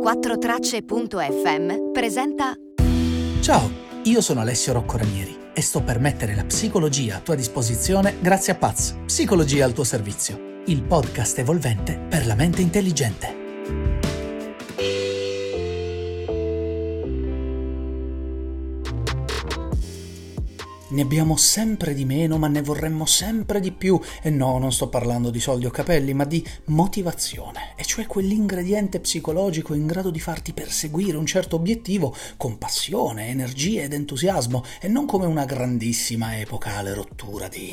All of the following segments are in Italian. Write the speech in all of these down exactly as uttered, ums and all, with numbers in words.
quattro tracce punto effe emme presenta. Ciao, io sono Alessio Rocco Ranieri e sto per mettere la psicologia a tua disposizione grazie a Paz, Psicologia al tuo servizio, il podcast evolvente per la mente intelligente. Ne abbiamo sempre di meno, ma ne vorremmo sempre di più. E no, non sto parlando di soldi o capelli, ma di motivazione, e cioè quell'ingrediente psicologico in grado di farti perseguire un certo obiettivo con passione, energia ed entusiasmo, e non come una grandissima e epocale rottura di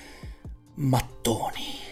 mattoni.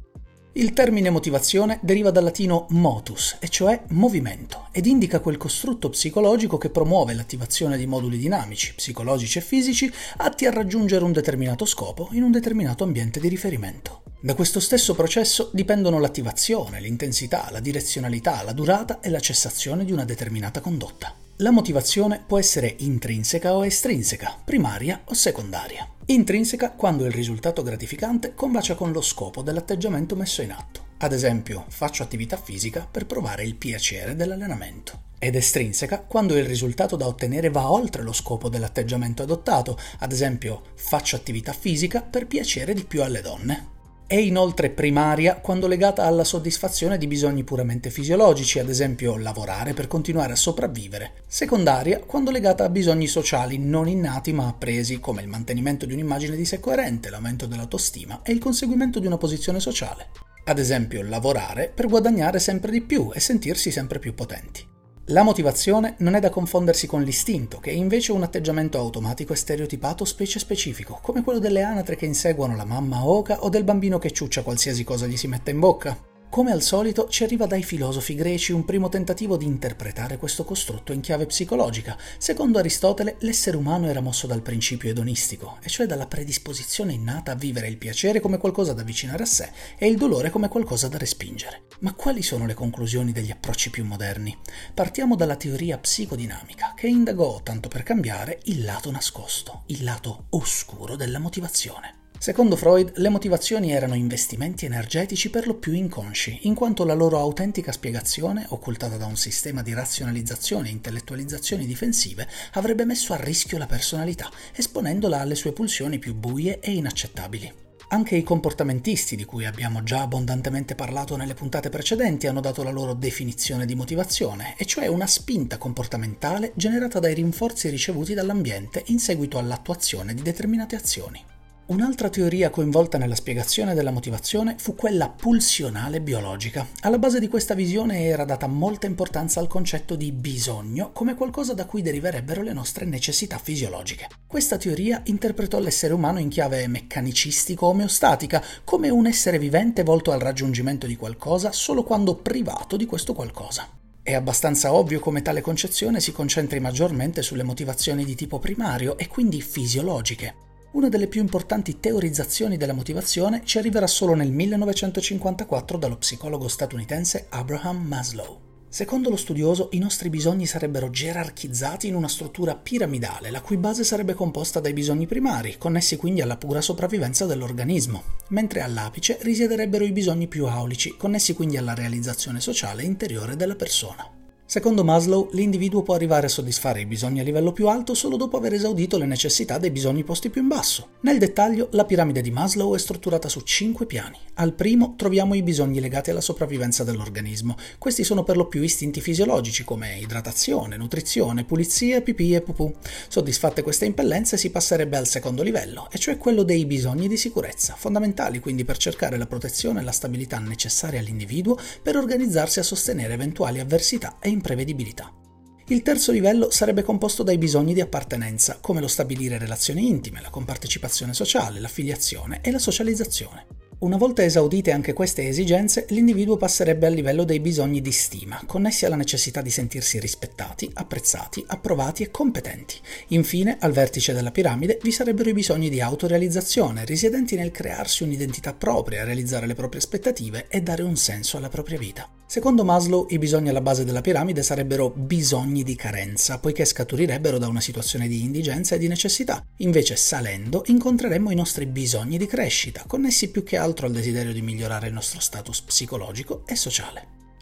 Il termine motivazione deriva dal latino motus, e cioè movimento, ed indica quel costrutto psicologico che promuove l'attivazione di moduli dinamici, psicologici e fisici atti a raggiungere un determinato scopo in un determinato ambiente di riferimento. Da questo stesso processo dipendono l'attivazione, l'intensità, la direzionalità, la durata e la cessazione di una determinata condotta. La motivazione può essere intrinseca o estrinseca, primaria o secondaria. Intrinseca quando il risultato gratificante combacia con lo scopo dell'atteggiamento messo in atto. Ad esempio, faccio attività fisica per provare il piacere dell'allenamento. Ed estrinseca quando il risultato da ottenere va oltre lo scopo dell'atteggiamento adottato. Ad esempio, faccio attività fisica per piacere di più alle donne. È inoltre primaria quando legata alla soddisfazione di bisogni puramente fisiologici, ad esempio lavorare per continuare a sopravvivere. Secondaria quando legata a bisogni sociali non innati ma appresi, come il mantenimento di un'immagine di sé coerente, l'aumento dell'autostima e il conseguimento di una posizione sociale. Ad esempio lavorare per guadagnare sempre di più e sentirsi sempre più potenti. La motivazione non è da confondersi con l'istinto, che è invece un atteggiamento automatico e stereotipato specie specifico, come quello delle anatre che inseguono la mamma oca o del bambino che ciuccia qualsiasi cosa gli si mette in bocca. Come al solito ci arriva dai filosofi greci un primo tentativo di interpretare questo costrutto in chiave psicologica. Secondo Aristotele, l'essere umano era mosso dal principio edonistico, e cioè dalla predisposizione innata a vivere il piacere come qualcosa da avvicinare a sé e il dolore come qualcosa da respingere. Ma quali sono le conclusioni degli approcci più moderni? Partiamo dalla teoria psicodinamica, che indagò, tanto per cambiare, il lato nascosto, il lato oscuro della motivazione. Secondo Freud, le motivazioni erano investimenti energetici per lo più inconsci, in quanto la loro autentica spiegazione, occultata da un sistema di razionalizzazione e intellettualizzazioni difensive, avrebbe messo a rischio la personalità, esponendola alle sue pulsioni più buie e inaccettabili. Anche i comportamentisti, di cui abbiamo già abbondantemente parlato nelle puntate precedenti, hanno dato la loro definizione di motivazione, e cioè una spinta comportamentale generata dai rinforzi ricevuti dall'ambiente in seguito all'attuazione di determinate azioni. Un'altra teoria coinvolta nella spiegazione della motivazione fu quella pulsionale biologica. Alla base di questa visione era data molta importanza al concetto di bisogno come qualcosa da cui deriverebbero le nostre necessità fisiologiche. Questa teoria interpretò l'essere umano in chiave meccanicistico-omeostatica, come un essere vivente volto al raggiungimento di qualcosa solo quando privato di questo qualcosa. È abbastanza ovvio come tale concezione si concentri maggiormente sulle motivazioni di tipo primario e quindi fisiologiche. Una delle più importanti teorizzazioni della motivazione ci arriverà solo nel millenovecentocinquantaquattro dallo psicologo statunitense Abraham Maslow. Secondo lo studioso, i nostri bisogni sarebbero gerarchizzati in una struttura piramidale, la cui base sarebbe composta dai bisogni primari, connessi quindi alla pura sopravvivenza dell'organismo, mentre all'apice risiederebbero i bisogni più aulici, connessi quindi alla realizzazione sociale interiore della persona. Secondo Maslow, l'individuo può arrivare a soddisfare i bisogni a livello più alto solo dopo aver esaudito le necessità dei bisogni posti più in basso. Nel dettaglio, la piramide di Maslow è strutturata su cinque piani. Al primo troviamo i bisogni legati alla sopravvivenza dell'organismo. Questi sono per lo più istinti fisiologici come idratazione, nutrizione, pulizia, pipì e pupù. Soddisfatte queste impellenze si passerebbe al secondo livello, e cioè quello dei bisogni di sicurezza, fondamentali quindi per cercare la protezione e la stabilità necessarie all'individuo per organizzarsi a sostenere eventuali avversità e imprevedibilità. Il terzo livello sarebbe composto dai bisogni di appartenenza, come lo stabilire relazioni intime, la compartecipazione sociale, l'affiliazione e la socializzazione. Una volta esaudite anche queste esigenze, l'individuo passerebbe al livello dei bisogni di stima, connessi alla necessità di sentirsi rispettati, apprezzati, approvati e competenti. Infine, al vertice della piramide, vi sarebbero i bisogni di autorealizzazione, risiedenti nel crearsi un'identità propria, realizzare le proprie aspettative e dare un senso alla propria vita. Secondo Maslow, i bisogni alla base della piramide sarebbero bisogni di carenza, poiché scaturirebbero da una situazione di indigenza e di necessità. Invece, salendo, incontreremmo i nostri bisogni di crescita, connessi più che altro al desiderio di migliorare il nostro status psicologico e sociale.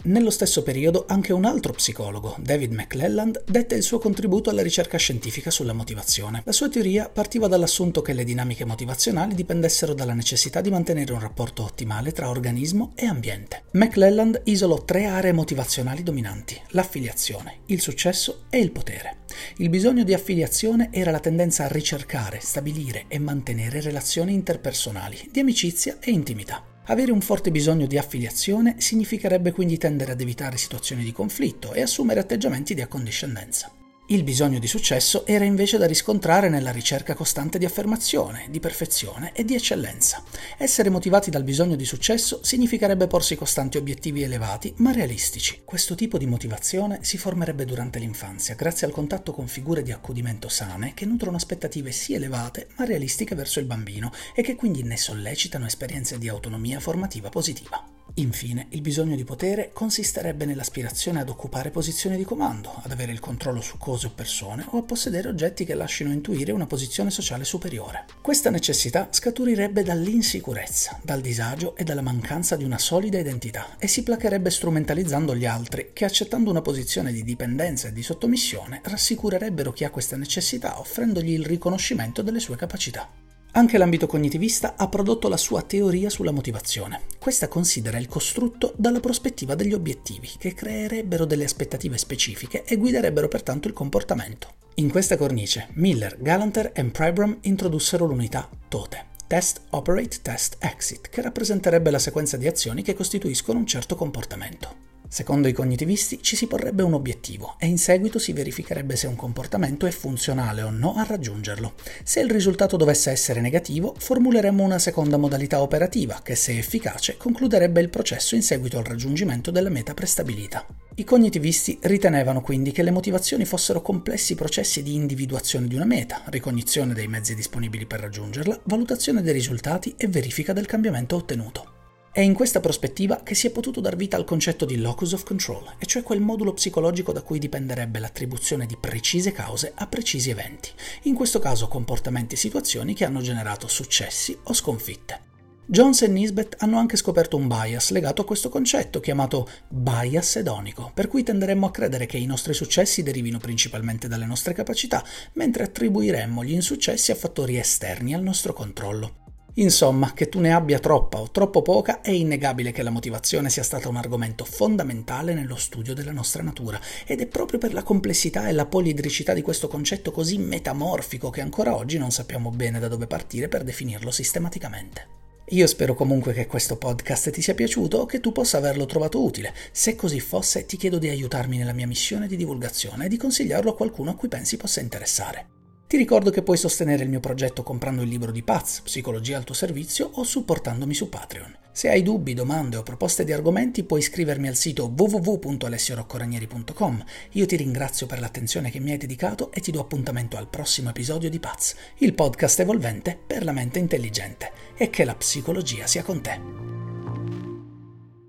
Nello stesso periodo anche un altro psicologo, David McClelland, dette il suo contributo alla ricerca scientifica sulla motivazione. La sua teoria partiva dall'assunto che le dinamiche motivazionali dipendessero dalla necessità di mantenere un rapporto ottimale tra organismo e ambiente. McClelland isolò tre aree motivazionali dominanti: l'affiliazione, il successo e il potere. Il bisogno di affiliazione era la tendenza a ricercare, stabilire e mantenere relazioni interpersonali, di amicizia e intimità. Avere un forte bisogno di affiliazione significherebbe quindi tendere ad evitare situazioni di conflitto e assumere atteggiamenti di accondiscendenza. Il bisogno di successo era invece da riscontrare nella ricerca costante di affermazione, di perfezione e di eccellenza. Essere motivati dal bisogno di successo significherebbe porsi costanti obiettivi elevati ma realistici. Questo tipo di motivazione si formerebbe durante l'infanzia grazie al contatto con figure di accudimento sane che nutrono aspettative sì elevate ma realistiche verso il bambino e che quindi ne sollecitano esperienze di autonomia formativa positiva. Infine, il bisogno di potere consisterebbe nell'aspirazione ad occupare posizioni di comando, ad avere il controllo su cose o persone o a possedere oggetti che lasciano intuire una posizione sociale superiore. Questa necessità scaturirebbe dall'insicurezza, dal disagio e dalla mancanza di una solida identità e si placherebbe strumentalizzando gli altri che, accettando una posizione di dipendenza e di sottomissione, rassicurerebbero chi ha questa necessità offrendogli il riconoscimento delle sue capacità. Anche l'ambito cognitivista ha prodotto la sua teoria sulla motivazione. Questa considera il costrutto dalla prospettiva degli obiettivi, che creerebbero delle aspettative specifiche e guiderebbero pertanto il comportamento. In questa cornice, Miller, Galanter e Pribram introdussero l'unità TOTE, Test, Operate, Test, Exit, che rappresenterebbe la sequenza di azioni che costituiscono un certo comportamento. Secondo i cognitivisti ci si porrebbe un obiettivo e in seguito si verificherebbe se un comportamento è funzionale o no a raggiungerlo. Se il risultato dovesse essere negativo, formuleremmo una seconda modalità operativa che, se efficace, concluderebbe il processo in seguito al raggiungimento della meta prestabilita. I cognitivisti ritenevano quindi che le motivazioni fossero complessi processi di individuazione di una meta, ricognizione dei mezzi disponibili per raggiungerla, valutazione dei risultati e verifica del cambiamento ottenuto. È in questa prospettiva che si è potuto dar vita al concetto di locus of control, e cioè quel modulo psicologico da cui dipenderebbe l'attribuzione di precise cause a precisi eventi, in questo caso comportamenti e situazioni che hanno generato successi o sconfitte. Jones e Nisbet hanno anche scoperto un bias legato a questo concetto, chiamato bias edonico, per cui tenderemmo a credere che i nostri successi derivino principalmente dalle nostre capacità, mentre attribuiremmo gli insuccessi a fattori esterni al nostro controllo. Insomma, che tu ne abbia troppa o troppo poca, è innegabile che la motivazione sia stata un argomento fondamentale nello studio della nostra natura, ed è proprio per la complessità e la poliedricità di questo concetto così metamorfico che ancora oggi non sappiamo bene da dove partire per definirlo sistematicamente. Io spero comunque che questo podcast ti sia piaciuto o che tu possa averlo trovato utile. Se così fosse, ti chiedo di aiutarmi nella mia missione di divulgazione e di consigliarlo a qualcuno a cui pensi possa interessare. Ti ricordo che puoi sostenere il mio progetto comprando il libro di Paz, Psicologia al tuo servizio, o supportandomi su Patreon. Se hai dubbi, domande o proposte di argomenti, puoi iscrivermi al sito w w w punto alessio rocco ranieri punto com. Io ti ringrazio per l'attenzione che mi hai dedicato e ti do appuntamento al prossimo episodio di Paz, il podcast evolvente per la mente intelligente. E che la psicologia sia con te.